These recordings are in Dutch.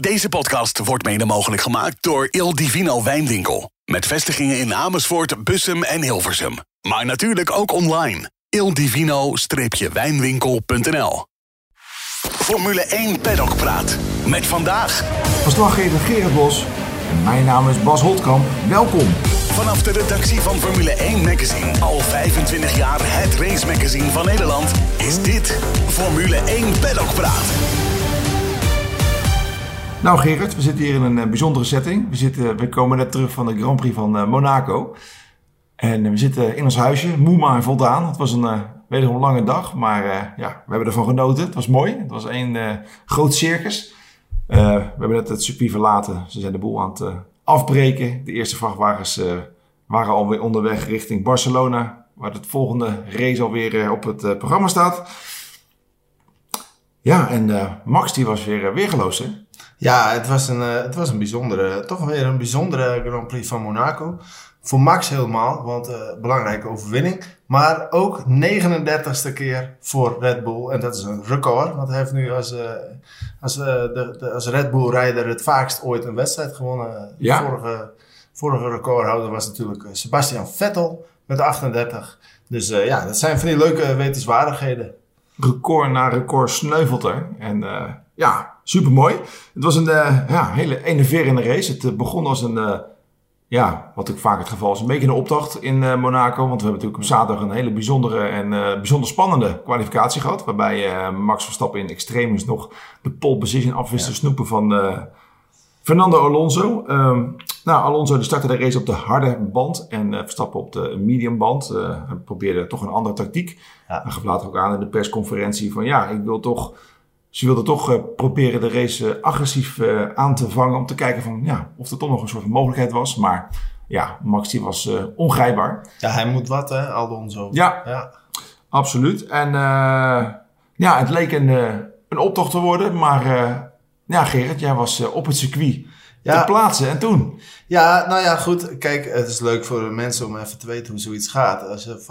Deze podcast wordt mede mogelijk gemaakt door Il Divino Wijnwinkel. Met vestigingen in Amersfoort, Bussum en Hilversum. Maar natuurlijk ook online. ildivino-wijnwinkel.nl. Formule 1 Paddock Praat. Met vandaag verslaggever Gerard Bos. En mijn naam is Bas Holtkamp. Welkom. Vanaf de redactie van Formule 1 Magazine. Al 25 jaar het race magazine van Nederland. Is dit Formule 1 Paddock Praat. Nou Gerard, we zitten hier in een bijzondere setting. We komen net terug van de Grand Prix van Monaco. En we zitten in ons huisje, moe maar voldaan. Het was een wederom lange dag, maar we hebben ervan genoten. Het was mooi. Het was één groot circus. We hebben net het circuit verlaten. Ze zijn de boel aan het afbreken. De eerste vrachtwagens waren alweer onderweg richting Barcelona, waar het volgende race alweer op het programma staat. Ja, en Max die was weer weergeloos, hè? Ja, het was een bijzondere, toch weer een bijzondere Grand Prix van Monaco. Voor Max helemaal, want belangrijke overwinning. Maar ook 39ste keer voor Red Bull. En dat is een record, want hij heeft nu als Red Bull-rijder het vaakst ooit een wedstrijd gewonnen. Ja. Vorige recordhouder was natuurlijk Sebastian Vettel met 38. Dus dat zijn van die leuke wetenswaardigheden. Record na record sneuvelt er. En supermooi. Het was een hele enerverende race. Het begon als een, wat ook vaak het geval is, een beetje een optocht in Monaco. Want we hebben natuurlijk op zaterdag een hele bijzondere en bijzonder spannende kwalificatie gehad. Waarbij Max Verstappen in extremis nog de pole position af te snoepen van Fernando Alonso. Alonso die startte de race op de harde band en Verstappen op de medium band. Hij probeerde toch een andere tactiek. Ja. Hij gaf later ook aan in de persconferentie van ze wilden toch proberen de race agressief aan te vangen. Om te kijken van of er toch nog een soort van mogelijkheid was. Maar Max die was ongrijpbaar. Ja, hij moet wat hè, Alonso. Ja. Absoluut. En het leek een optocht te worden. Maar Gerard, jij was op het circuit te plaatsen. En toen? Ja, goed. Kijk, het is leuk voor mensen om even te weten hoe zoiets gaat. Als je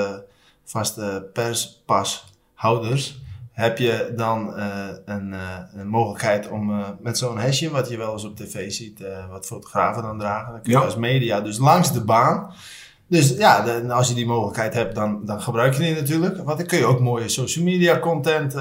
vaste perspashouders heb je dan een mogelijkheid om met zo'n hesje, wat je wel eens op tv ziet, wat fotografen dan dragen. Dan kun je als media dus langs de baan. Dus als je die mogelijkheid hebt, dan gebruik je die natuurlijk. Want dan kun je ook mooie social media content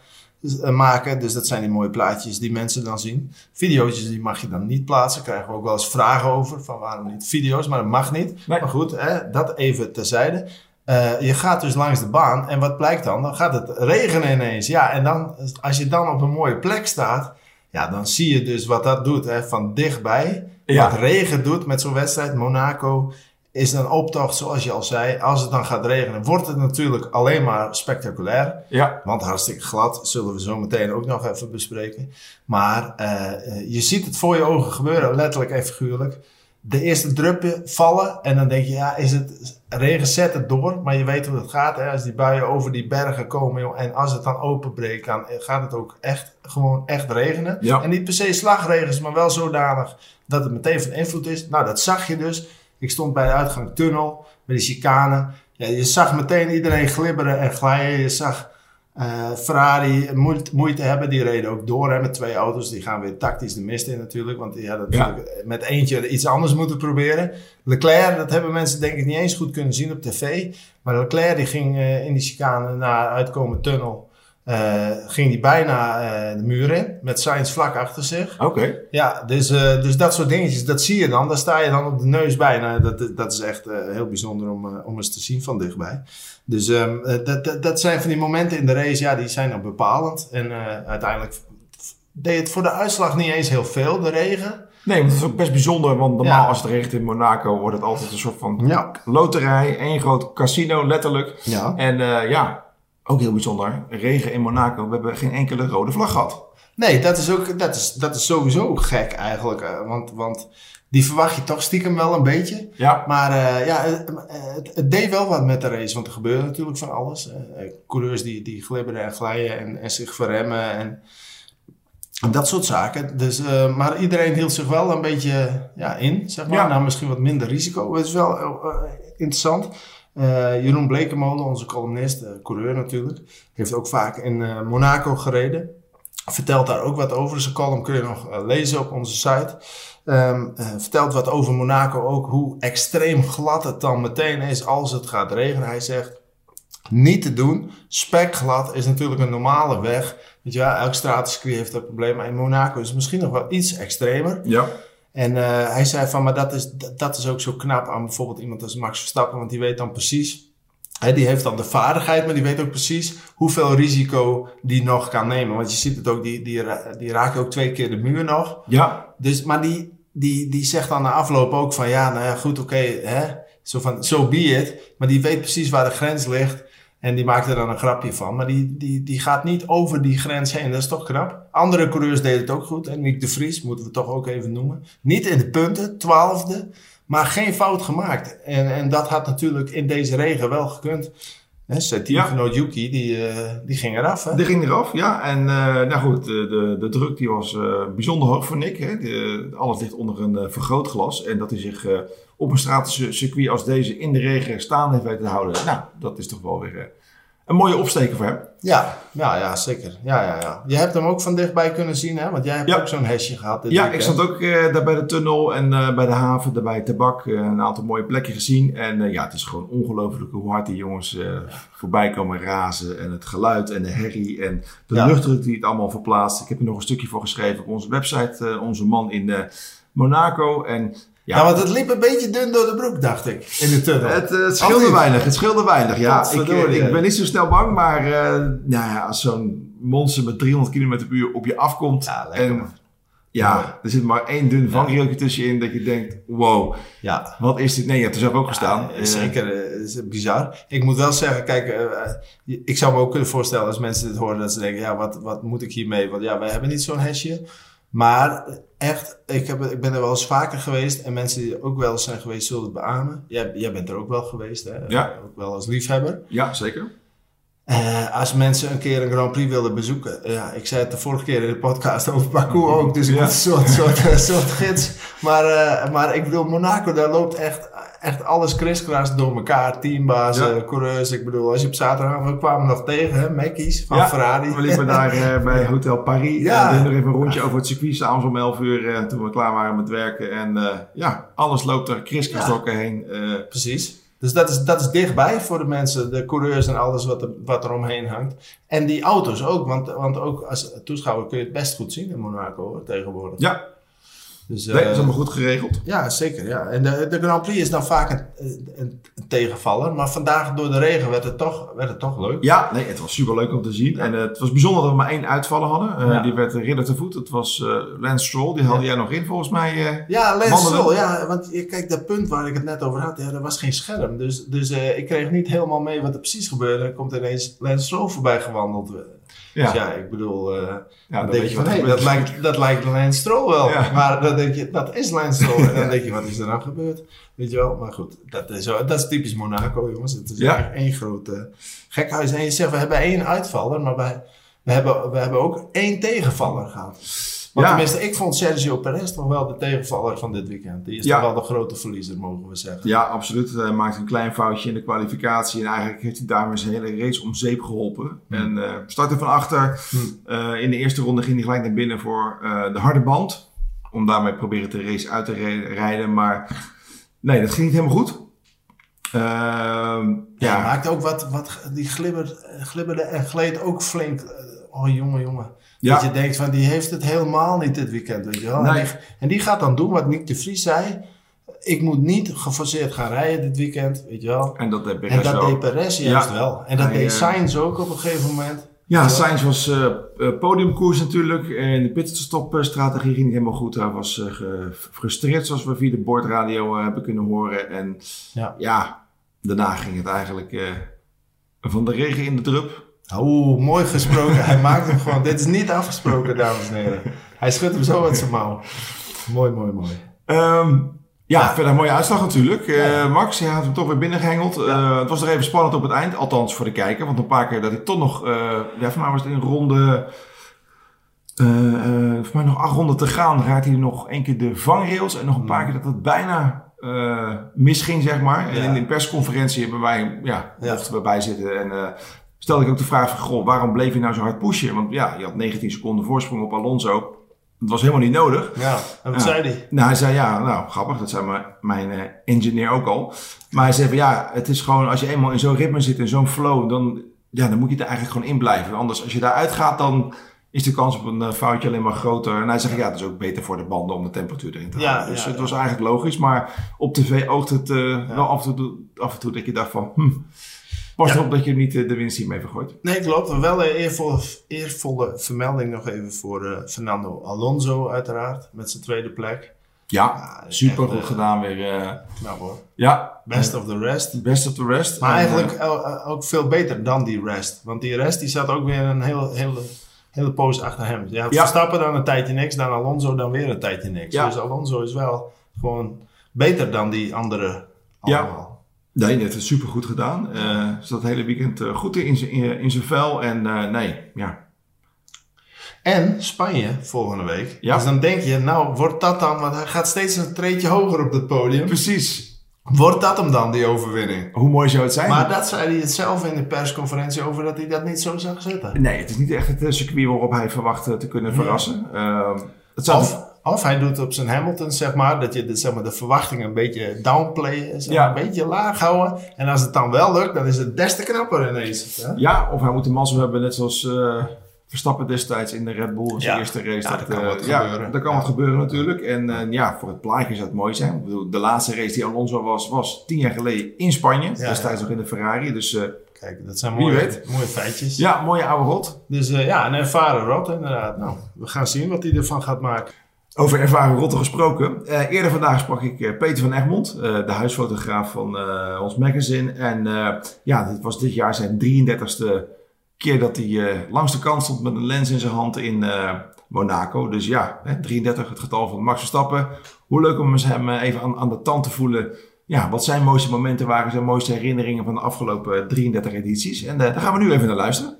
maken. Dus dat zijn die mooie plaatjes die mensen dan zien. Video's die mag je dan niet plaatsen. Daar krijgen we ook wel eens vragen over. Van waarom niet video's, maar dat mag niet. Nee. Maar goed, dat even terzijde. Je gaat dus langs de baan en wat blijkt dan? Dan gaat het regenen ineens. Ja, en dan, als je dan op een mooie plek staat, dan zie je dus wat dat doet van dichtbij. Ja. Wat regen doet met zo'n wedstrijd. Monaco is een optocht, zoals je al zei. Als het dan gaat regenen, wordt het natuurlijk alleen maar spectaculair. Ja. Want hartstikke glad, zullen we zo meteen ook nog even bespreken. Maar je ziet het voor je ogen gebeuren, letterlijk en figuurlijk. De eerste druppen vallen en dan denk je, is het regen, zet het door. Maar je weet hoe het gaat, als die buien over die bergen komen. En als het dan openbreekt, dan gaat het ook gewoon echt regenen. Ja. En niet per se slagregens, maar wel zodanig dat het meteen van invloed is. Nou, dat zag je dus. Ik stond bij de uitgangstunnel, bij de chicane. Ja, je zag meteen iedereen glibberen en glijden. Je zag Ferrari moeite hebben. Die reden ook door met 2 auto's. Die gaan weer tactisch de mist in natuurlijk. Want die hadden natuurlijk met eentje iets anders moeten proberen. Leclerc, dat hebben mensen denk ik niet eens goed kunnen zien op tv. Maar Leclerc die ging in die chicane na uitkomen tunnel. Ging die bijna de muur in. Met Sainz vlak achter zich. Oké. Ja, dus dat soort dingetjes, dat zie je dan. Daar sta je dan op de neus bij. Nou, dat is echt heel bijzonder om eens te zien van dichtbij. Dus dat zijn van die momenten in de race, die zijn dan bepalend. En uiteindelijk deed het voor de uitslag niet eens heel veel, de regen. Nee, maar dat is ook best bijzonder. Want normaal als het regent in Monaco wordt het altijd een soort van loterij. Één groot casino, letterlijk. Ja. En ook heel bijzonder. Regen in Monaco. We hebben geen enkele rode vlag gehad. Nee, dat is sowieso gek eigenlijk. Want die verwacht je toch stiekem wel een beetje. Ja. Maar het deed wel wat met de race. Want er gebeurde natuurlijk van alles. Coureurs die glibberen en glijden en zich verremmen. En dat soort zaken. Dus, maar iedereen hield zich wel een beetje in. Zeg maar. Ja. Nou, misschien wat minder risico. Het is wel interessant. Jeroen Blekemolen, onze columnist, coureur natuurlijk, heeft ook vaak in Monaco gereden. vertelt daar ook wat over. Zijn column kun je nog lezen op onze site. Vertelt wat over Monaco ook. Hoe extreem glad het dan meteen is als het gaat regenen. Hij zegt, niet te doen. Spekglad is natuurlijk een normale weg. Weet je wel, elk stratencircuit heeft dat probleem. Maar in Monaco is het misschien nog wel iets extremer. Ja. En hij zei van, maar dat is ook zo knap aan bijvoorbeeld iemand als Max Verstappen. Want die weet dan precies... die heeft dan de vaardigheid, maar die weet ook precies hoeveel risico die nog kan nemen. Want je ziet het ook, die raakt ook 2 keer de muur nog. Ja. Dus, maar die zegt dan na afloop ook van, ja, nou ja, goed, oké, zo van, so be it. Maar die weet precies waar de grens ligt en die maakt er dan een grapje van. Maar die gaat niet over die grens heen, dat is toch knap. Andere coureurs deden het ook goed. En Nick de Vries, moeten we toch ook even noemen. Niet in de punten, 12e. Maar geen fout gemaakt. En dat had natuurlijk in deze regen wel gekund. Zijn teamgenoot Yuki, die ging eraf. Hè? Die ging eraf, ja. En nou goed, de druk die was bijzonder hoog voor Nick. Hè. Alles ligt onder een vergrootglas. En dat hij zich op een stratencircuit als deze in de regen staande heeft weten te houden. Nou, dat is toch wel weer een mooie opsteker voor hem. Ja, zeker. Ja. Je hebt hem ook van dichtbij kunnen zien, hè? Want jij hebt ook zo'n hesje gehad. Ik zat ook daar bij de tunnel en bij de haven, daar bij Tabak, een aantal mooie plekken gezien. En het is gewoon ongelooflijk hoe hard die jongens voorbij komen razen. En het geluid en de herrie en de luchtdruk die het allemaal verplaatst. Ik heb er nog een stukje voor geschreven op onze website, onze man in Monaco. En ja, want het liep een beetje dun door de broek, dacht ik, in de tunnel. Het scheelde weinig. Ja, ik ben niet zo snel bang, maar als zo'n monster met 300 km/h op je afkomt. Ja, lekker. Er zit maar 1 dun vangrailtje tussenin dat je denkt, wow, wat is dit? Nee, je hebt er zelf ook gestaan. Zeker, het is bizar. Ik moet wel zeggen, kijk, ik zou me ook kunnen voorstellen als mensen dit horen, dat ze denken, wat moet ik hiermee? Want wij hebben niet zo'n hesje. Maar echt, ik ben er wel eens vaker geweest. En mensen die ook wel eens zijn geweest, zullen het beamen. Jij bent er ook wel geweest, hè? Ja. Ook wel als liefhebber. Ja, zeker. Als mensen een keer een Grand Prix willen bezoeken. Ik zei het de vorige keer in de podcast over parcours ook. Dus ik moet een soort gids. Maar ik bedoel, Monaco, daar loopt echt alles kriskras door elkaar. Teambazen, coureurs. Ik bedoel, als je op zaterdag, we kwamen nog tegen, hè, Mackies van Ferrari. We liepen daar bij Hotel Paris. We deden nog even een rondje over het circuit, s'avonds om 11 uur, toen we klaar waren met werken. En alles loopt er kriskras door elkaar heen. Precies. Dus dat is dichtbij voor de mensen, de coureurs en alles wat er omheen hangt. En die auto's ook, want ook als toeschouwer kun je het best goed zien in Monaco hoor, tegenwoordig. Ja. Dus, dat is allemaal goed geregeld. Ja, zeker. Ja. En de Grand Prix is dan vaak een tegenvaller. Maar vandaag door de regen werd het toch leuk. Ja, nee, het was super leuk om te zien. En het was bijzonder dat we maar 1 uitvaller hadden. Die werd ridder te voet. Het was Lance Stroll. Die haalde jij nog in volgens mij. Lance Stroll. Ja, want kijk, dat punt waar ik het net over had. Er was geen scherm. Dus ik kreeg niet helemaal mee wat er precies gebeurde. Er komt ineens Lance Stroll voorbij gewandeld. Dus ik bedoel, dan denk je van, dat lijkt Lance Stroll wel. Ja. Maar dan denk je, dat is Lance Stroll. En dan denk je, wat is er nou gebeurd? Weet je wel, maar goed, dat is typisch Monaco, jongens. Het is echt één grote gekhuis. En je zegt, we hebben 1 uitvaller, maar we hebben ook 1 tegenvaller gehad. Want tenminste, ik vond Sergio Perez toch wel de tegenvaller van dit weekend. Die is toch wel de grote verliezer, mogen we zeggen. Ja, absoluut. Hij maakte een klein foutje in de kwalificatie. En eigenlijk heeft hij daarmee zijn hele race om zeep geholpen. En startte van achter. In de eerste ronde ging hij gelijk naar binnen voor de harde band. Om daarmee proberen de race uit te rijden. Maar nee, dat ging niet helemaal goed. Hij maakte ook wat die glibberde en gleed ook flink. Oh, jongen. Ja. Dat je denkt van, die heeft het helemaal niet dit weekend, weet je wel. Nee. En die gaat dan doen wat Nick de Vries zei. Ik moet niet geforceerd gaan rijden dit weekend, weet je wel. En dat deed Perez juist wel. En dat deed Sainz ook op een gegeven moment. Ja, Sainz was podiumkoers natuurlijk. En de pitstopstrategie ging niet helemaal goed. Hij was gefrustreerd, zoals we via de bordradio hebben kunnen horen. En daarna ging het eigenlijk van de regen in de drup. Oh, mooi gesproken. Hij maakt hem gewoon. Dit is niet afgesproken, dames en heren. Hij schudt hem zo uit zijn mouw. Mooi. Verder een mooie uitslag natuurlijk. Max, je had hem toch weer binnengehengeld. Het was nog even spannend op het eind. Althans voor de kijker. Want een paar keer dat hij toch nog... voor mij was het in ronde... voor mij nog 8 ronden te gaan. Raakte hij nog 1 keer de vangrails. En nog een paar keer dat het bijna misging, zeg maar. En in de persconferentie hebben wij... mochten we bij zitten. En... stelde ik ook de vraag van, goh, waarom bleef je nou zo hard pushen? Want ja, je had 19 seconden voorsprong op Alonso. Dat was helemaal niet nodig. Ja, en wat zei hij? Nou, hij zei, grappig, dat zei mijn engineer ook al. Maar hij zei van, het is gewoon, als je eenmaal in zo'n ritme zit, in zo'n flow, dan moet je er eigenlijk gewoon in blijven. Anders, als je daaruit gaat, dan is de kans op een foutje alleen maar groter. En hij zegt, het is ook beter voor de banden om de temperatuur erin te houden. Dus het was eigenlijk logisch. Maar op tv oogt het wel af en toe dat je dacht van, pas erop dat je niet de winst hiermee vergooit. Nee, klopt. Wel een eervolle vermelding nog even voor Fernando Alonso uiteraard. Met zijn tweede plek. Ja, super goed gedaan weer. Nou hoor. Ja. Best of the rest. Best of the rest. Maar eigenlijk ook veel beter dan die rest. Want die rest die zat ook weer een hele poos achter hem. Je had Verstappen dan een tijdje niks. Dan Alonso dan weer een tijdje niks. Ja. Dus Alonso is wel gewoon beter dan die andere allemaal. Nee, het is super goed gedaan. Zat het hele weekend goed in zijn vel. En En Spanje volgende week. Ja. Dus dan denk je, nou wordt dat dan... Want hij gaat steeds een treedje hoger op het podium. Precies. Wordt dat hem dan, die overwinning? Hoe mooi zou het zijn? Maar dat zei hij het zelf in de persconferentie over dat hij dat niet zo zag zitten. Nee, het is niet echt het circuit waarop hij verwacht te kunnen verrassen. Of hij doet op zijn Hamilton, zeg maar, dat je de verwachtingen een beetje downplayen, een beetje laag houden. En als het dan wel lukt, dan is het des te knapper ineens. Hè? Ja, of hij moet de mazzel hebben, net zoals Verstappen destijds in de Red Bull in zijn eerste race. Ja, dat kan wat gebeuren. Dat kan wat gebeuren natuurlijk. En voor het plaatje zou het mooi zijn. Ik bedoel, de laatste race die Alonso was 10 jaar geleden in Spanje. Destijds nog in de Ferrari. Dus kijk, dat zijn mooie feitjes. Ja, mooie oude rot. Dus een ervaren rot inderdaad. Nou, we gaan zien wat hij ervan gaat maken. Over ervaren rotten gesproken. Eerder vandaag sprak ik Peter van Egmond, de huisfotograaf van ons magazine. En dit was dit jaar zijn 33ste keer dat hij langs de kant stond met een lens in zijn hand in Monaco. Dus 33, het getal van Max Verstappen. Hoe leuk om hem even aan de tand te voelen. Ja, wat zijn mooiste momenten waren, zijn mooiste herinneringen van de afgelopen 33 edities. En daar gaan we nu even naar luisteren.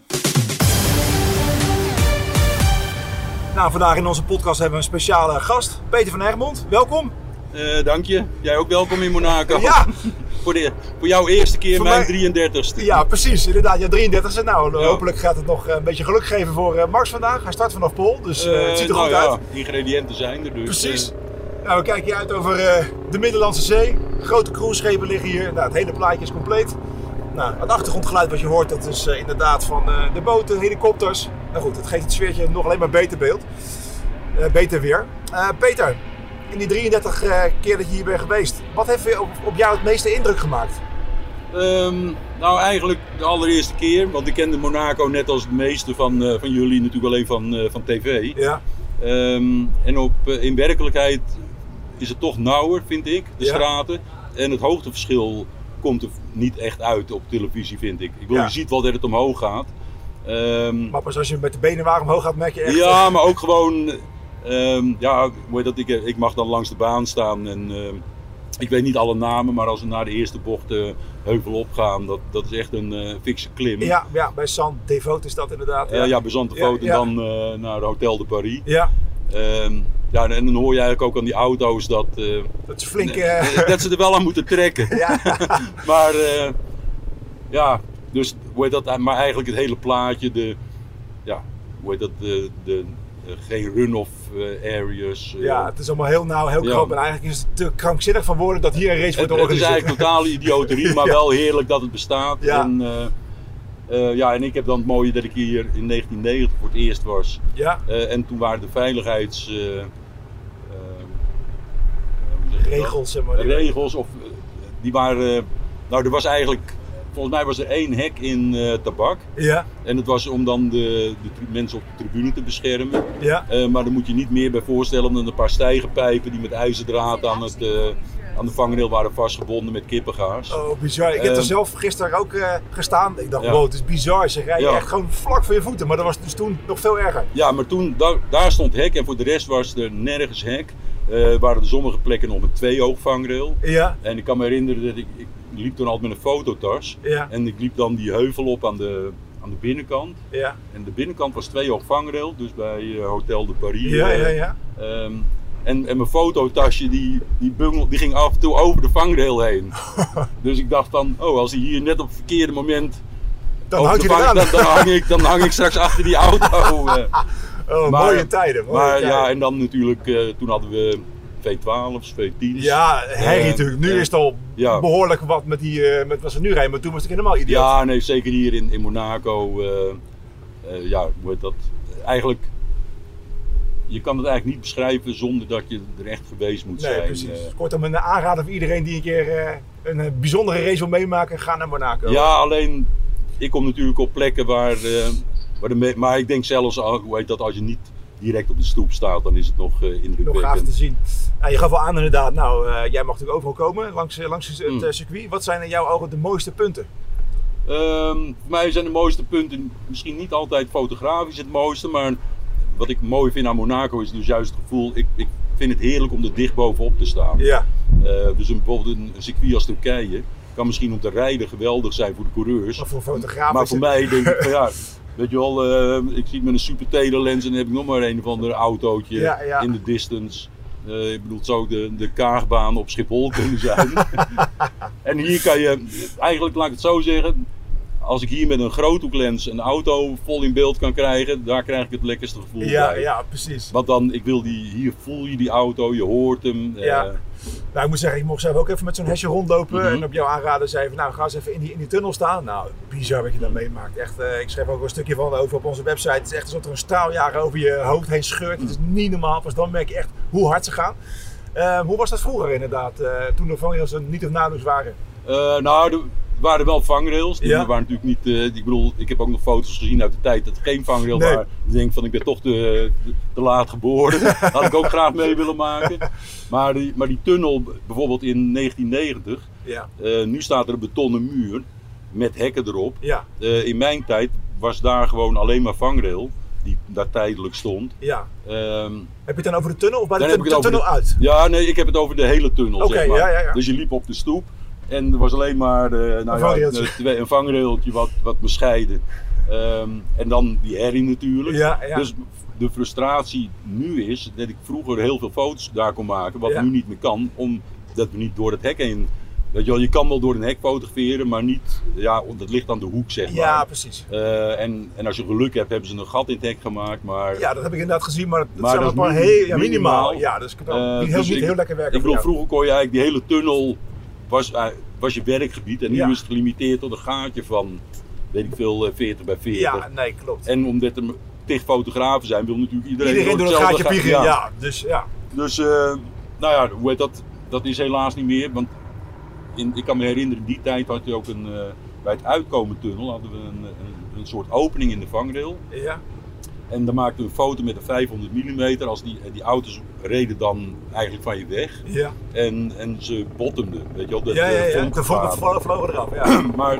Nou, vandaag in onze podcast hebben we een speciale gast, Peter van Egmond. Welkom. Dank je. Jij ook welkom in Monaco. Ja. Voor jouw eerste keer voor mijn 33ste. Ja, precies. Inderdaad, jouw 33ste. Nou, hopelijk gaat het nog een beetje geluk geven voor Max vandaag. Hij start vanaf pole, dus het ziet er goed uit. Ingrediënten zijn er dus. Precies. Nou, we kijken hier uit over de Middellandse Zee. Grote cruiseschepen liggen hier. Nou, het hele plaatje is compleet. Nou, het achtergrondgeluid wat je hoort, dat is inderdaad van de boten, helikopters. Nou goed, het geeft het sfeertje nog alleen maar beter beeld. Beter weer. Peter, in die 33 keer dat je hier bent geweest, wat heeft op jou het meeste indruk gemaakt? Nou, eigenlijk de allereerste keer, want ik kende Monaco net als de meeste van jullie natuurlijk alleen van tv. Ja. En in werkelijkheid is het toch nauwer, vind ik, de straten. En het hoogteverschil komt er niet echt uit op televisie, vind ik. Ik bedoel, je ziet wel dat het omhoog gaat. Maar pas als je met de benen waar omhoog gaat, merk je echt... Ja, maar ook gewoon... ik mag dan langs de baan staan en ik weet niet alle namen, maar als we naar de eerste bocht heuvel opgaan, dat is echt een fikse klim. Ja, bij San Devote is dat inderdaad. Bij San Devote en dan naar Hotel de Paris. Ja. En dan hoor je eigenlijk ook aan die auto's dat is flink, dat ze er wel aan moeten trekken. Ja. Maar dus maar eigenlijk het hele plaatje, geen run-off areas. Het is allemaal heel nauw, heel krap. En eigenlijk is het te krankzinnig van woorden dat hier een race wordt georganiseerd. Het is eigenlijk totale idioterie, maar wel heerlijk dat het bestaat. Ja. En ik heb dan het mooie dat ik hier in 1990 voor het eerst was. Ja. En toen waren de veiligheids... regels, zeg maar. Regels, die waren... Nou, er was eigenlijk... Volgens mij was er 1 hek in tabak. Ja. En het was om dan de mensen op de tribune te beschermen. Ja. Maar daar moet je niet meer bij voorstellen dan een paar stijgerpijpen die met ijzerdraad aan de vangrail waren vastgebonden met kippengaas. Oh, bizar. Ik heb er zelf gisteren ook gestaan. Ik dacht, wow, het is bizar. Ze rijden echt gewoon vlak voor je voeten. Maar dat was dus toen nog veel erger. Ja, maar toen, daar stond hek en voor de rest was er nergens hek. Waren er sommige plekken nog met 2 vangrail. Ja. En ik kan me herinneren dat ik liep toen altijd met een fototas. Ja. En ik liep dan die heuvel op aan de binnenkant. Ja. En de binnenkant was 2 vangrail, dus bij Hotel de Paris. Ja. En mijn fototasje die ging af en toe over de vangrail heen. Dus ik dacht van, als hij hier net op het verkeerde moment Dan hangt hij eraan. Dan hang ik straks achter die auto. Mooie tijden. Ja, en dan natuurlijk, toen hadden we V12's, V10's. Ja, herrie natuurlijk. Nu is het al behoorlijk wat met wat ze nu rijden, maar toen was het helemaal ideaal. Ja, nee, zeker hier in Monaco. Hoe heet dat? Eigenlijk, je kan het eigenlijk niet beschrijven zonder dat je er echt geweest moet zijn. Precies. Kortom, een aanrader voor iedereen die een keer een bijzondere race wil meemaken, ga naar Monaco. Ja, alleen, ik kom natuurlijk op plekken waar maar ik denk zelfs, hoe heet dat, als je niet direct op de stoep staat, dan is het nog indrukwekkend. Nog gaaf te zien. Je gaf al aan inderdaad, jij mag natuurlijk overal komen langs het circuit. Wat zijn in jouw ogen de mooiste punten? Voor mij zijn de mooiste punten misschien niet altijd fotografisch het mooiste, maar wat ik mooi vind aan Monaco is dus juist het gevoel, ik vind het heerlijk om er dicht bovenop te staan. Ja. Dus bijvoorbeeld een circuit als Turkije kan misschien om te rijden geweldig zijn voor de coureurs. Maar voor fotografen. Maar voor mij denk ik van weet je wel, ik zie met een super telelens en dan heb ik nog maar een of ander autootje in de distance. Ik bedoel, het zou de Kaagbaan op Schiphol kunnen zijn. En hier kan je, eigenlijk laat ik het zo zeggen, als ik hier met een groothoeklens een auto vol in beeld kan krijgen, daar krijg ik het lekkerste gevoel bij. Ja, precies. Want dan, hier voel je die auto, je hoort hem. Nou, ik moet zeggen, ik mocht zelf ook even met zo'n hesje rondlopen. En op jouw aanraden zei van, ga eens even in die tunnel staan. Nou, bizar wat je dan meemaakt. Echt, ik schreef ook een stukje van over op onze website. Het is echt alsof er een straaljager over je hoofd heen scheurt. Het is niet normaal. Pas dan merk je echt hoe hard ze gaan. Hoe was dat vroeger inderdaad, toen de vangrails niet of nauwelijks waren? Er waren wel vangrails. Die waren natuurlijk niet. Ik bedoel, ik heb ook nog foto's gezien uit de tijd dat er geen vangrail waren. Ik denk van, ik ben toch te laat geboren. Dat had ik ook graag mee willen maken. Maar die tunnel, bijvoorbeeld in 1990. Nu staat er een betonnen muur met hekken erop. In mijn tijd was daar gewoon alleen maar vangrail die daar tijdelijk stond. Heb je het dan over de tunnel of bij de tunnel uit? Ja, nee, ik heb het over de hele tunnel. Zeg maar. Dus je liep op de stoep. En er was alleen maar een vangrailtje wat bescheiden. En dan die herrie natuurlijk. Dus de frustratie nu is dat ik vroeger heel veel foto's daar kon maken. Wat nu niet meer kan, omdat we niet door het hek heen. Weet je wel, je kan wel door een hek fotograferen, maar niet. Ja, dat ligt aan de hoek, zeg maar. Ja, precies. En als je geluk hebt, hebben ze een gat in het hek gemaakt. Maar, ja, dat heb ik inderdaad gezien, maar dat is maar heel minimaal. Ja, dus ik kan niet heel lekker werken. Ik bedoel, vroeger kon je eigenlijk die hele tunnel. Was je werkgebied en nu is het gelimiteerd tot een gaatje van, weet ik veel, 40 bij 40. Ja, nee, klopt. En omdat er tig fotografen zijn, wil natuurlijk iedereen door een gaatje piegen. Dus hoe heet dat? Dat is helaas niet meer, want ik kan me herinneren, in die tijd had je ook bij het uitkomen tunnel hadden we een soort opening in de vangrail. Ja. En dan maakten we een foto met een 500 mm. Als die auto's reden dan eigenlijk van je weg. Ja. En ze bottomden. Weet je wel, de vonken vlogen eraf. Ja. Maar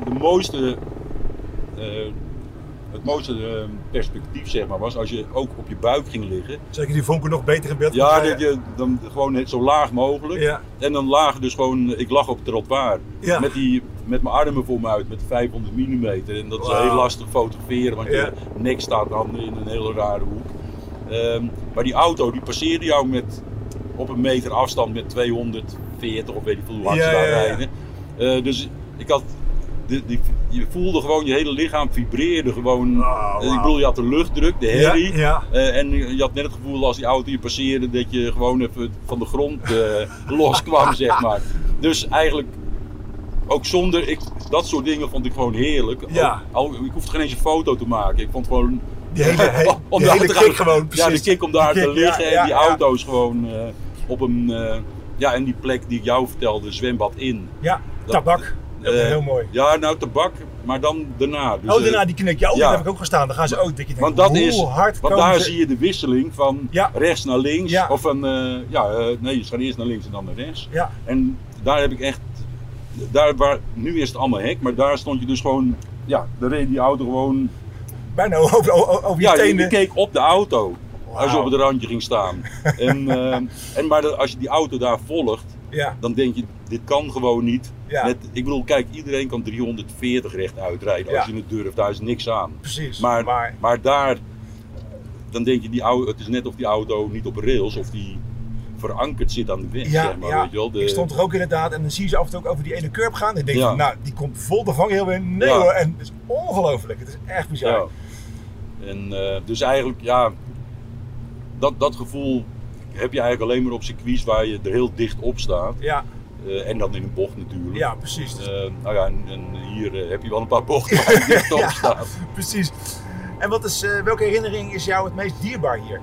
het mooiste perspectief zeg maar, was als je ook op je buik ging liggen. Zeker die vonken nog beter in beeld. Ja, dat je dan gewoon net zo laag mogelijk. Ja. En dan lagen dus gewoon, ik lag op het trottoir. Ja. Met mijn armen voor me uit, met 500 mm. En dat is heel lastig fotograferen, want je nek staat dan in een hele rare hoek. Maar die auto die passeerde jou op een meter afstand met 240 of weet ik veel hoe hard ze daar rijden. Dus ik had... je voelde gewoon, je hele lichaam vibreerde gewoon. Ik bedoel, je had de luchtdruk, de herrie. En je had net het gevoel als die auto je passeerde dat je gewoon even van de grond loskwam, zeg maar. Dus eigenlijk, ook zonder, dat soort dingen vond ik gewoon heerlijk. Ja. Ik hoefde geen eens een foto te maken. Ik vond gewoon... Die hele kick gewoon, precies. Ja, de kick om daar te liggen en die auto's gewoon op een... en die plek die ik jou vertelde, zwembad in. Ja, tabak. Heel mooi. Ja, nou tabak, maar dan daarna. Dus, daarna die knik. Ja, dat heb ik ook gestaan. Dan gaan ze ook. Want daar zie je de wisseling van rechts naar links. Ja. Of van, nee, ze gaan eerst naar links en dan naar rechts. Ja. En daar heb ik echt, nu is het allemaal hek, maar daar stond je dus gewoon, daar reed die auto gewoon. Bijna over je tenen. Je keek op de auto. Als je op het randje ging staan. Maar als je die auto daar volgt, dan denk je, dit kan gewoon niet. Ja. Ik bedoel, kijk, iedereen kan 340 rechtuit rijden als je het durft. Daar is niks aan. Precies. Maar daar, dan denk je, het is net of die auto niet op rails of die verankerd zit aan de weg, Ja, zeg maar. ja. Weet je wel? Ik stond er ook inderdaad en dan zie je ze af en toe ook over die ene curb gaan. En ik denk Ja. van, nou, die komt vol de vangrail in. Nee Ja. hoor, en het is ongelooflijk. Het is echt bizar. Ja. En dus eigenlijk, ja, dat gevoel heb je eigenlijk alleen maar op circuits waar je er heel dicht op staat. Ja, En dan in een bocht natuurlijk. ja, precies. Dus- Nou ja, en hier heb je wel een paar bochten waar je dicht op Ja. staat. precies. En wat is, welke herinnering is jou het meest dierbaar hier?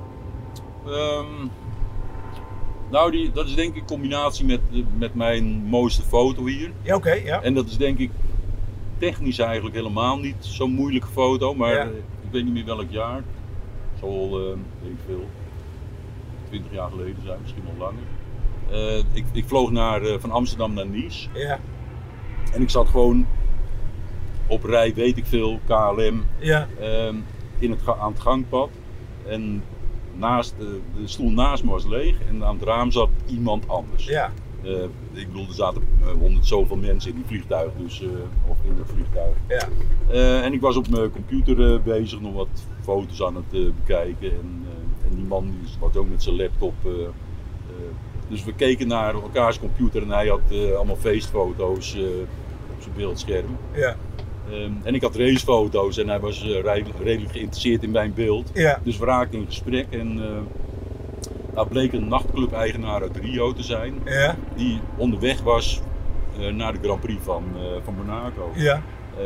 Nou, dat is denk ik in combinatie met mijn mooiste foto hier. Ja, oké, ja. En dat is denk ik technisch eigenlijk helemaal niet zo'n moeilijke foto, maar Ja. ik weet niet meer welk jaar. Het zal wel, weet ik veel, 20 jaar geleden zijn, misschien nog langer. Ik vloog van Amsterdam naar Nice Ja, en ik zat gewoon op rij, weet ik veel, KLM, ja, aan het gangpad. En de stoel naast me was leeg en aan het raam zat iemand anders. ja. Ik bedoel, er zaten 100 zoveel mensen in die vliegtuig, dus, of in het vliegtuig. Ja, En ik was op mijn computer bezig, nog wat foto's aan het bekijken. En die man die was ook met zijn laptop. Dus we keken naar elkaars computer en hij had allemaal feestfoto's op zijn beeldscherm. ja, En ik had racefoto's en hij was redelijk geïnteresseerd in mijn beeld. ja. Dus we raakten in gesprek en nou bleek een nachtclub-eigenaar uit Rio te zijn. Ja, Die onderweg was naar de Grand Prix van Monaco. ja,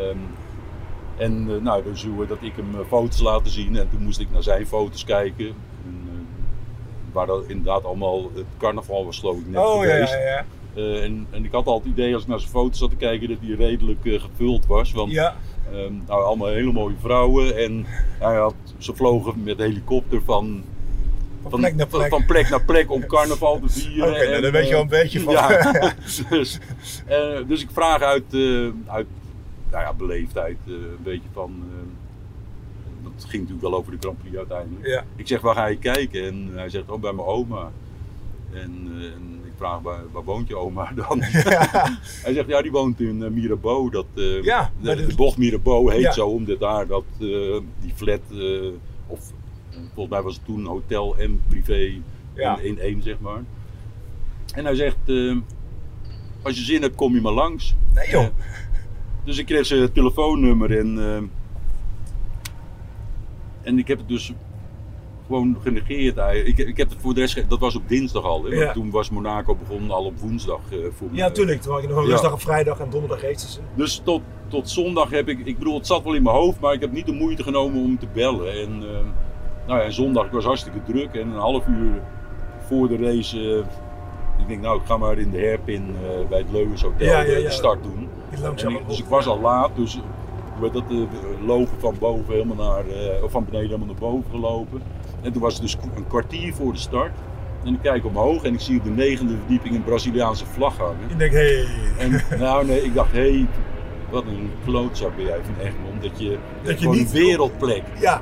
Nou, dus dat ik hem foto's laten zien en toen moest ik naar zijn foto's kijken. En, waar dat inderdaad allemaal, het carnaval was geloof ik net oh ja, geweest. ja, ja. En ik had altijd het idee als ik naar zijn foto's zat te kijken dat hij redelijk gevuld was. Want Ja, nou, allemaal hele mooie vrouwen en ze vlogen met helikopter van plek naar plek. van plek naar plek om carnaval te vieren. Oké, nou, daar weet je wel een beetje van. Ja, dus ik vraag uit nou ja, beleefdheid een beetje van... dat ging natuurlijk wel over de Grand Prix uiteindelijk. Ja. Ik zeg, waar ga je kijken? En hij zegt, bij mijn oma. En ik vraag, waar woont je oma dan? Hij zegt, ja, die woont in Mirabeau. Ja, de bocht Mirabeau heet Ja. zo, omdat daar die flat... of volgens mij was het toen hotel en privé Ja. in één, zeg maar. En hij zegt, als je zin hebt, kom je maar langs. Nee joh. Dus ik kreeg zijn telefoonnummer en ik heb het dus gewoon genegeerd. Ik heb het voor de rest, dat was op dinsdag al. Hè? Ja. Want toen was Monaco begonnen al op woensdag. Voor me. Ja, tuurlijk. Toen had je nog een Ja. rustdag op vrijdag en donderdag races. Dus tot zondag heb ik bedoel, het zat wel in mijn hoofd, maar ik heb niet de moeite genomen om te bellen. En nou ja, zondag, ik was hartstikke druk en een half uur voor de race, ik denk nou, ik ga maar in de hairpin bij het Leuens Hotel Ja, ja, ja. de start doen. Die langzame Dus bocht. ik was al laat, dus lopen van boven helemaal of van beneden helemaal naar boven gelopen. En toen was het dus een kwartier voor de start. En ik kijk omhoog en ik zie op de 9e verdieping een Braziliaanse vlag hangen. Ik denk, hé. En nou nee, ik dacht, hé, wat een klootzak ben jij van Egmond. Dat je gewoon niet- een wereldplek. Ja,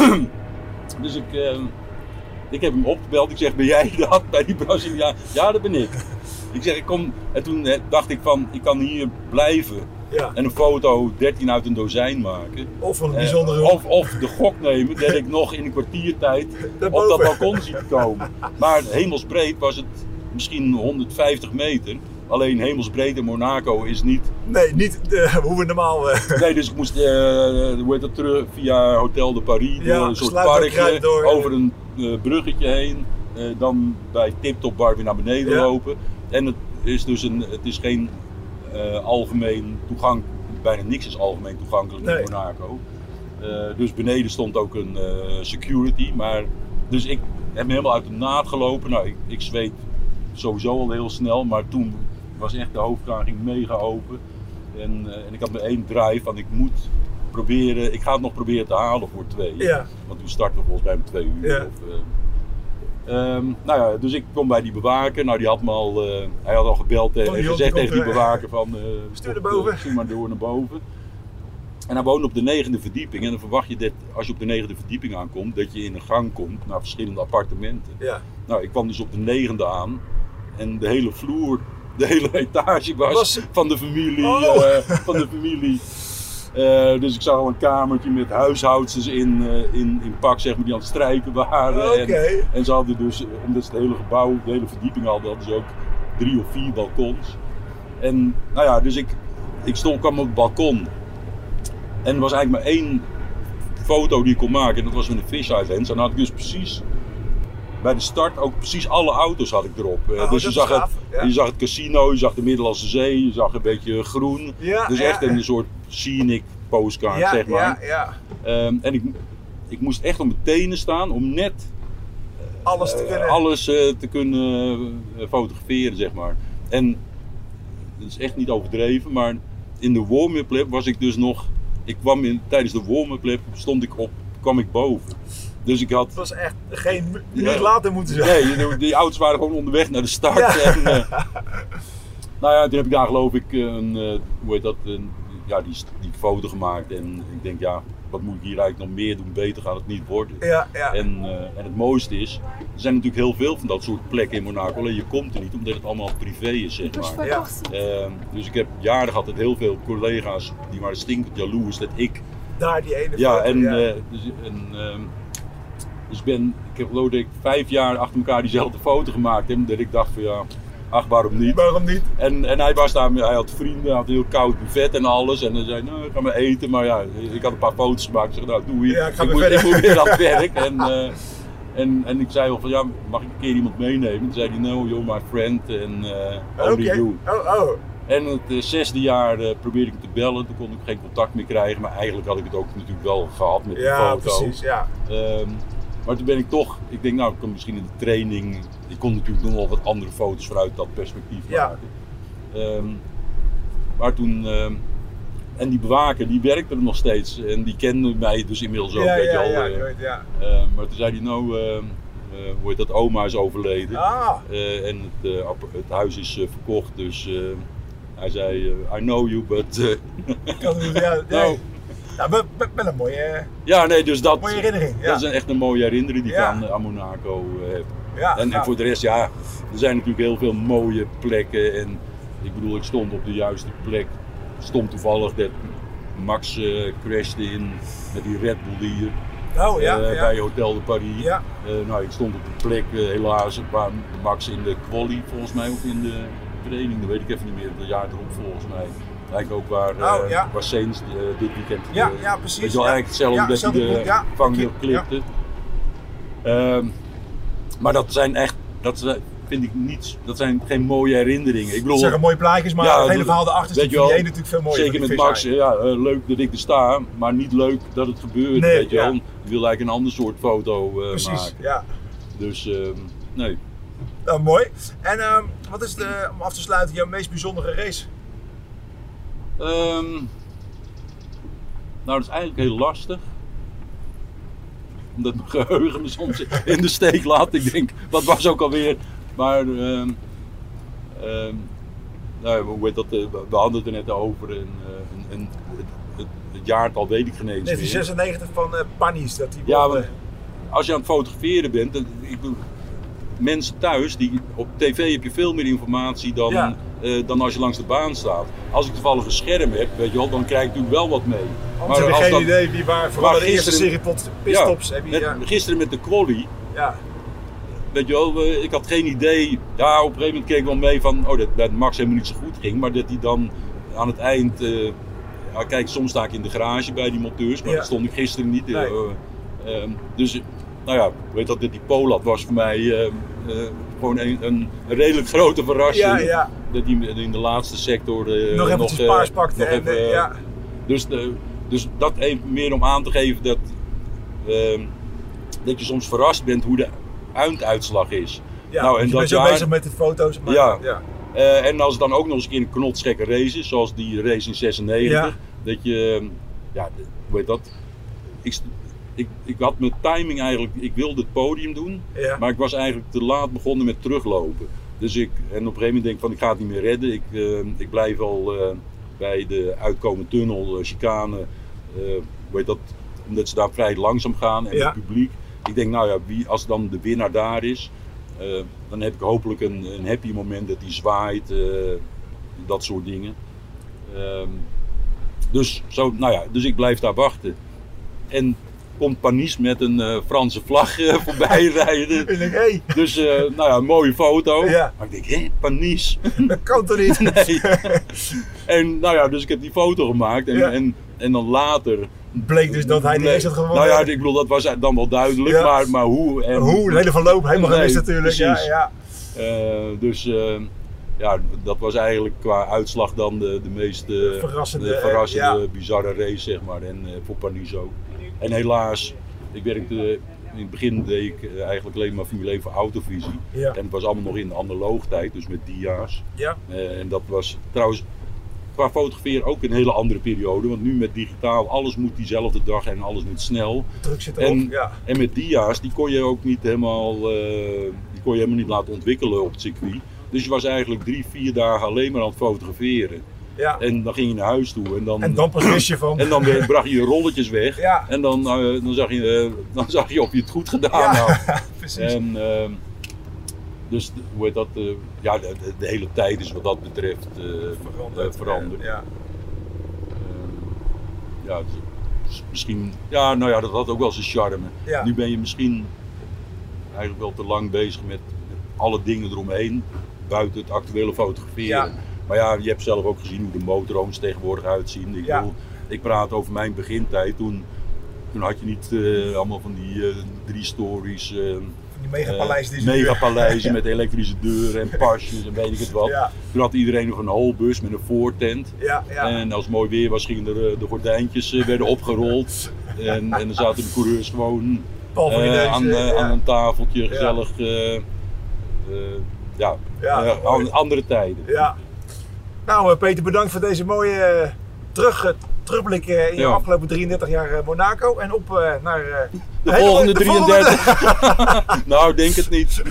Dus ik heb hem opgebeld. Ik zeg, ben jij dat bij die Braziliaan? Ja, dat ben ik. Ik zeg, ik kom. En toen dacht ik van, ik kan hier blijven. ja. En een foto 13 uit een dozijn maken. Of een bijzondere Of de gok nemen dat ik nog in een kwartiertijd op Daarboven. dat balkon zie komen. Maar hemelsbreed was het misschien 150 meter. Alleen hemelsbreed in Monaco is niet... Nee, niet hoe we normaal... Nee, dus ik moest hoe heet dat, terug via Hotel de Paris, Ja, door een soort Sluitingkruid parkje, door, over een bruggetje heen. Dan bij Tip Top Bar weer naar beneden Ja. lopen. En het is dus het is geen algemeen toegang, bijna niks is algemeen toegankelijk in Nee. Monaco. Dus beneden stond ook een security. Dus ik heb me helemaal uit de naad gelopen. Nou, ik zweet sowieso al heel snel, maar toen was echt de hoofdkraan ging mega open. En ik had me één drive van ik moet proberen, ik ga het nog proberen te halen voor 2. Ja. Want toen starten we volgens mij om 2 uur. Ja. Nou ja, dus ik kom bij die bewaker. Nou, die had me al, hij had al gebeld en die gezegd komt tegen die er, bewaker van stuur naar boven. stuur maar door naar boven. En hij woonde op de 9e verdieping en dan verwacht je dat als je op de 9e verdieping aankomt, dat je in een gang komt naar verschillende appartementen. Ja. Nou, ik kwam dus op de 9e aan en de hele vloer, de hele etage was Was- van de familie, Oh. van de familie Dus ik zag al een kamertje met huishoudsters in pak, zeg maar, die aan het strijken waren. Oké. En ze hadden dus, omdat ze het hele gebouw, de hele verdieping hadden ze ook 3 of 4 balkons. En nou ja, dus ik kwam op het balkon. En er was eigenlijk maar 1 foto die ik kon maken. En dat was met een fisheye lens. En dan had ik dus precies bij de start ook precies alle auto's had ik erop. Dus je zag het casino, je zag de Middellandse Zee, je zag een beetje groen. Ja, dus echt een soort scenic postcard, zeg maar. Ja. En ik moest echt op mijn tenen staan om net alles te kunnen fotograferen, zeg maar. En dat is echt niet overdreven, maar in de warm-up lab was ik dus nog... tijdens de warm-up lab kwam ik boven. Dus ik had... Het was echt geen minuut later moeten zijn. Nee, die auto's waren gewoon onderweg naar de start. Ja. En, nou ja, toen heb ik daar geloof ik die foto gemaakt. En ik denk, ja, wat moet ik hier eigenlijk nog meer doen? Beter gaat het niet worden. Ja. En het mooiste is, er zijn natuurlijk heel veel van dat soort plekken in Monaco. Alleen je komt er niet, omdat het allemaal privé is, zeg maar. Ja. Dus ik heb jaren gehad dat heel veel collega's, die waren stinkend jaloers dat ik... Daar die ene ja, foto, dus ik heb geloof ik 5 jaar achter elkaar diezelfde foto gemaakt heb. Dat ik dacht van ja, ach waarom niet? Waarom niet? En hij was daar, hij had vrienden, hij had een heel koud buffet en alles. En hij zei, nou ik ga maar eten. Maar ja, ik had een paar foto's gemaakt. Ik zei, nou doei. Ja, ik moet weer aan het werk. En ik zei wel van ja, mag ik een keer iemand meenemen? Toen zei hij, no, you're my friend and only you. Oh. En het 6e jaar probeerde ik te bellen, toen kon ik geen contact meer krijgen, maar eigenlijk had ik het ook natuurlijk wel gehad met de foto. Ja, precies, ja. Maar toen ben ik toch, ik denk nou, ik kon misschien in de training, ik kon natuurlijk nog wel wat andere foto's vanuit dat perspectief maken. Maar toen, en die bewaker, die werkte er nog steeds en die kende mij dus inmiddels ook, weet je al. Maar toen zei hij nou, hoe heet dat, oma is overleden en het huis is verkocht, dus... hij zei, I know you, but... Nou, wel een mooie, dus dat, mooie herinnering. Ja. Dat is echt een mooie herinnering die ik aan Monaco heb. Ja, en voor de rest, ja, er zijn natuurlijk heel veel mooie plekken. En ik bedoel, ik stond op de juiste plek. Stond toevallig dat Max crashte in met die Red Bull hier. Bij Hotel de Paris. Ja. Nou, ik stond op de plek, helaas, waar Max in de quali volgens mij, of in de training, dat weet ik even niet meer, het jaar erop volgens mij. Eigenlijk ook waar Sainz dit weekend. Ja, precies. Weet je wel, eigenlijk hetzelfde dat hij de vangrail klipte. Maar dat zijn echt, vind ik niets, dat zijn geen mooie herinneringen. Ik bedoel, het zijn mooie plaatjes, maar het hele verhaal erachter is natuurlijk veel mooier. Zeker met Max, leuk dat ik er sta, maar niet leuk dat het gebeurt. Nee, weet je wel. Ik wil eigenlijk een ander soort foto maken. Ja. Dus, nee. Nou, mooi. En wat is om af te sluiten, jouw meest bijzondere race? Nou, dat is eigenlijk heel lastig. Omdat mijn geheugen me soms in de steek laat. Ik denk, wat was ook alweer. Maar, hoe heet dat? We hadden het er net over. Het jaartal weet ik geen eens meer. 1996 van Panis. Dat die maar als je aan het fotograferen bent. Mensen thuis, op tv heb je veel meer informatie dan als je langs de baan staat. Als ik toevallig een scherm heb, weet je wel, dan krijg ik natuurlijk wel wat mee. Maar heb je geen idee wie vooral de eerste serie pitstops. Gisteren met de quali, weet je wel, ik had geen idee. Ja, op een gegeven moment keek ik wel mee van, dat Max helemaal niet zo goed ging, maar dat hij dan aan het eind, kijk, soms sta ik in de garage bij die monteurs, maar dat stond ik gisteren niet. Dus, nou ja, weet dat die Polat was voor mij gewoon een redelijk grote verrassing. Dat hij in de laatste sector nog eventjes paars pakte. Dus dat even meer om aan te geven dat je soms verrast bent hoe de einduitslag is. Ja, nou, en je bent zo bezig met de foto's. Maar, en als het dan ook nog eens een keer een knotsgekke race is, zoals die race in 96, dat je, hoe heet dat? Ik had mijn timing eigenlijk, ik wilde het podium doen, maar ik was eigenlijk te laat begonnen met teruglopen. Dus en op een gegeven moment denk ik van, ik ga het niet meer redden. Ik blijf al bij de uitkomende tunnel, chicane, hoe heet dat, omdat ze daar vrij langzaam gaan en het publiek. Ik denk, nou ja, als dan de winnaar daar is, dan heb ik hopelijk een happy moment dat hij zwaait, dat soort dingen. Dus ik blijf daar wachten. En komt Panis met een Franse vlag voorbij rijden. En ik, hey. Dus een mooie foto. Ja. Maar ik denk, Panis? Dat kan toch niet? Nee. En dus ik heb die foto gemaakt. En dan later... Bleek dus dat hij die race had gewonnen. Nou ja, ik bedoel, dat was dan wel duidelijk. Ja. Maar hoe? En Hoe? De hele verloop helemaal gemist natuurlijk. Precies. Ja. Dat was eigenlijk qua uitslag dan de meest verrassende bizarre race, zeg maar. En voor Panis ook. En helaas, ik werkte... In het begin deed ik eigenlijk alleen maar Formule 1 voor Autovisie. Ja. En het was allemaal nog in de analoogtijd, dus met dia's. Ja. En dat was trouwens qua fotograferen ook een hele andere periode. Want nu met digitaal, alles moet diezelfde dag en alles moet snel. Druk zit erop, en met dia's, die kon je ook niet helemaal, niet laten ontwikkelen op het circuit. Dus je was eigenlijk 3-4 dagen alleen maar aan het fotograferen. Ja. En dan ging je naar huis toe. En dan pas wist je van... En dan bracht je je rolletjes weg. Ja. En dan zag je of je het goed gedaan had. Precies. En, dus hoe heet dat? De hele tijd is wat dat betreft veranderd. Dus misschien... dat had ook wel zijn charme. Ja. Nu ben je misschien eigenlijk wel te lang bezig met alle dingen eromheen. Buiten het actuele fotograferen. Ja. Maar je hebt zelf ook gezien hoe de motorhomes tegenwoordig uitzien. Ik bedoel, ik praat over mijn begintijd. Toen had je niet allemaal van die 3 stories. Die megapaleizen. Megapaleizen met elektrische deuren en pasjes en weet ik het wat. Ja. Toen had iedereen nog een holbus met een voortent. Ja. En als het mooi weer was, gingen de gordijntjes werden opgerold. En dan zaten de coureurs gewoon aan een tafeltje gezellig. Andere tijden. Ja. Nou Peter, bedankt voor deze mooie terugblik in je afgelopen 33 jaar Monaco. En op naar de volgende 33. Nou, denk het niet.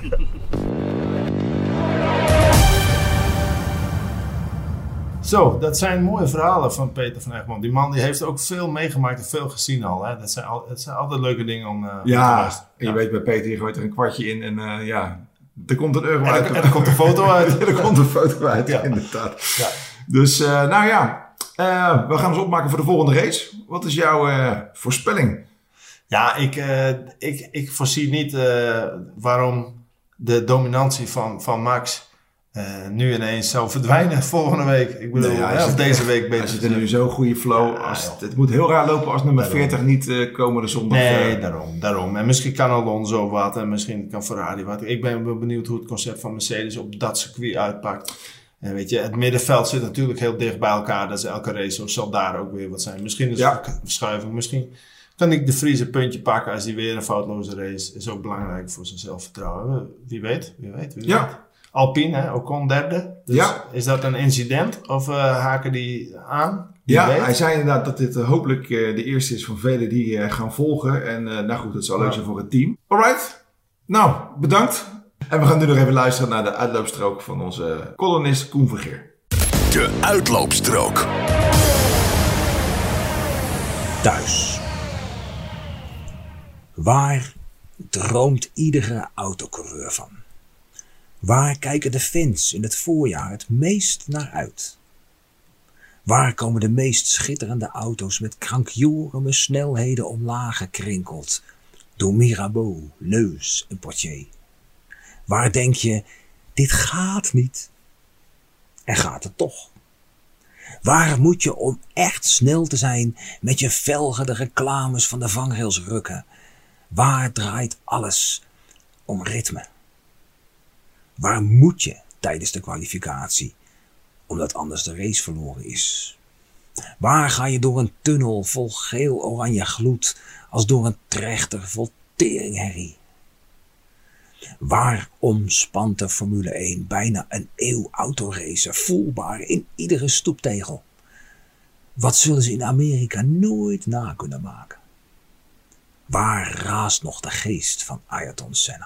Zo, dat zijn mooie verhalen van Peter van Egmond. Die man die heeft ook veel meegemaakt en veel gezien al. Hè? Het zijn altijd leuke dingen om te luisteren. En je weet bij Peter, je gooit er een kwartje in en er komt een euro uit. En er komt een foto uit. Er komt een foto uit, inderdaad. Ja. Dus, we gaan ons opmaken voor de volgende race. Wat is jouw voorspelling? Ja, ik voorzie niet waarom de dominantie van Max nu ineens zou verdwijnen volgende week. Ik bedoel, of deze week beter. Als je er nu zo'n goede flow... Het moet heel raar lopen als nummer 40 niet komende zondag... Nee, daarom. En misschien kan Alonso wat en misschien kan Ferrari wat. Ik ben benieuwd hoe het concept van Mercedes op dat circuit uitpakt. En weet je, het middenveld zit natuurlijk heel dicht bij elkaar. Dat is elke race, zal daar ook weer wat zijn. Misschien is het een verschuiving. Misschien kan ik de Vries een puntje pakken als hij weer een foutloze race. Is ook belangrijk voor zijn zelfvertrouwen. Wie weet. Alpine, hè? Ocon derde. Dus is dat een incident of haken die aan? Hij zei inderdaad dat dit hopelijk de eerste is van velen die gaan volgen. En het zal leuk zijn voor het team. Alright, nou bedankt. En we gaan nu nog even luisteren naar de uitloopstrook van onze columnist Koen Vergeer. De uitloopstrook. Thuis. Waar droomt iedere autocoureur van? Waar kijken de fans in het voorjaar het meest naar uit? Waar komen de meest schitterende auto's met krankjorenme snelheden omlaag gekrinkeld door Mirabeau, Leus en Porsche? Waar denk je, dit gaat niet? En gaat het toch? Waar moet je om echt snel te zijn met je velgen de reclames van de vangrails rukken? Waar draait alles om ritme? Waar moet je tijdens de kwalificatie, omdat anders de race verloren is? Waar ga je door een tunnel vol geel-oranje gloed als door een trechter vol teringherrie? Waarom spant de Formule 1 bijna een eeuw autoracen voelbaar in iedere stoeptegel? Wat zullen ze in Amerika nooit na kunnen maken? Waar raast nog de geest van Ayrton Senna?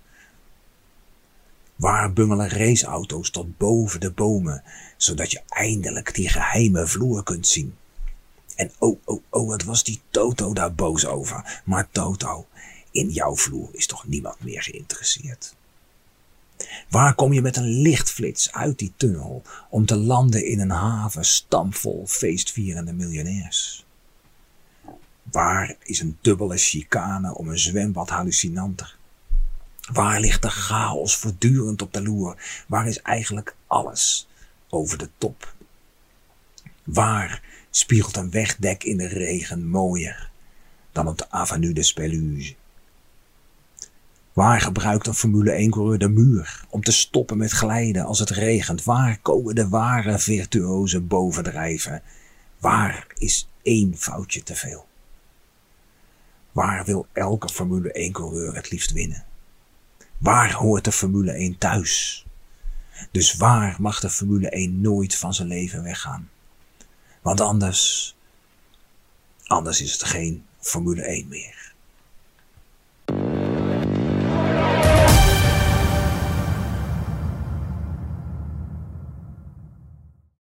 Waar bungelen raceauto's tot boven de bomen, zodat je eindelijk die geheime vloer kunt zien? En wat was die Toto daar boos over? Maar Toto, in jouw vloer is toch niemand meer geïnteresseerd? Waar kom je met een lichtflits uit die tunnel om te landen in een haven stampvol feestvierende miljonairs? Waar is een dubbele chicane om een zwembad hallucinanter? Waar ligt de chaos voortdurend op de loer? Waar is eigenlijk alles over de top? Waar spiegelt een wegdek in de regen mooier dan op de Avenue des Peluges? Waar gebruikt een Formule 1-coureur de muur om te stoppen met glijden als het regent? Waar komen de ware virtuoze bovendrijven? Waar is 1 foutje te veel? Waar wil elke Formule 1-coureur het liefst winnen? Waar hoort de Formule 1 thuis? Dus waar mag de Formule 1 nooit van zijn leven weggaan? Want anders is het geen Formule 1 meer.